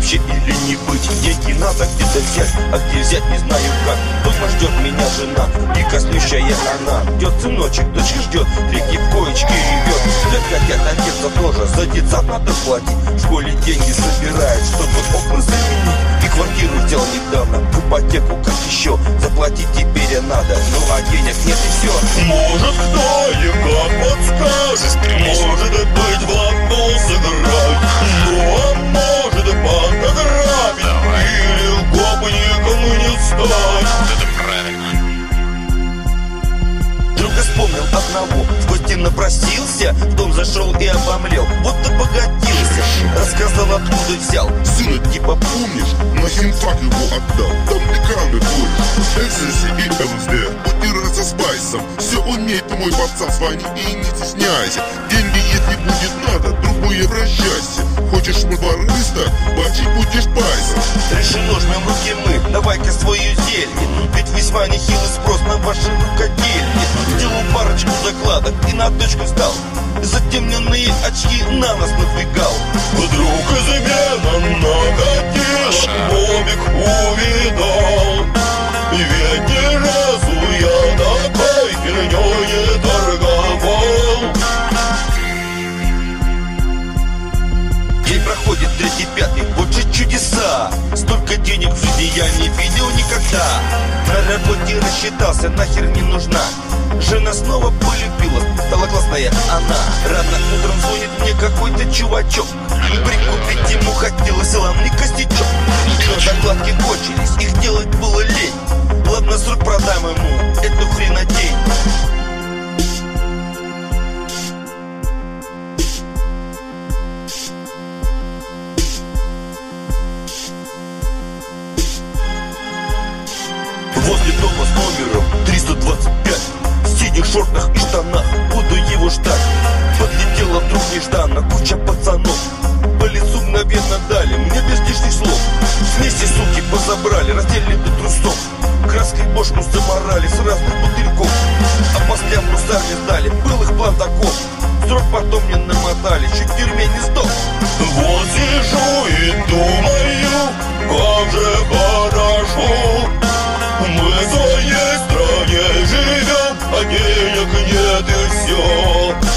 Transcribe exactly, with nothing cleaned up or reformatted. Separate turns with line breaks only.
вообще или не быть? Деньги надо где-то взять, а где взять не знаю как. Дома ждет меня жена, и коснущая она. Ждет сыночек, дочка ждет, третий в коечке ревет. Все хотят одеться тоже, за детсад надо платить. В школе деньги собирают, чтобы окна заменить. И квартиру взял недавно, в ипотеку как еще. Заплатить теперь надо, ну а денег нет и все.
Может кто-нибудь подскажет, может быть в лото сыграть, ну а может банк ограбить, или гопником не стать.
Это правильно.
Друга вспомнил одного, в гости напросился, в дом зашел и обомлел, вот обогатился. Рассказал, откуда взял.
Сына типа помнишь, на химфак его отдал. Там экраны будешь, Эксенси и ЛСД. Бутеры со спайсом, все умеет мой пацан, звони и не стесняйся. Деньги, если будет надо, другое обращайся. Хочешь мурбарыста, бачить будешь пайсом.
Решено, жмем руки мы, давай-ка свою зелье. Ведь весьма нехилый спрос на ваши рукодельни. Сделал парочку закладок и на точку встал. Затемненные очки на нас надвигал.
Вдруг измена накатила, Бобик увидал. Ведь ни разу я такой хернёй не торговал.
День проходит, третий, пятый, вот же чудеса. Столько денег в жизни я не видел никогда. На работе рассчитался, нахер не нужна. Жена снова полюбила, стала классная она. Рано утром звонит мне какой-то чувачок. Прикупить ему хотелось ламный костячок. Но закладки кончились, их делать было лень. Ладно, с рук продам ему эту хренотень. Возле дома с номером триста двадцать пять, в синих шортах и штанах, буду его ждать. Подлетела вдруг нежданно куча пацанов. По лицу мгновенно дали мне без лишних слов. Вместе суки позабрали, раздели до трусов. Краской бошку заморали с разных бутыльков. А после мусар не сдали, был их план таков. Срок потом мне намотали, чуть в тюрьме не сдох.
Вот сижу и думаю, как же хорошо. Мы в своей стране живем, а денег нет и все.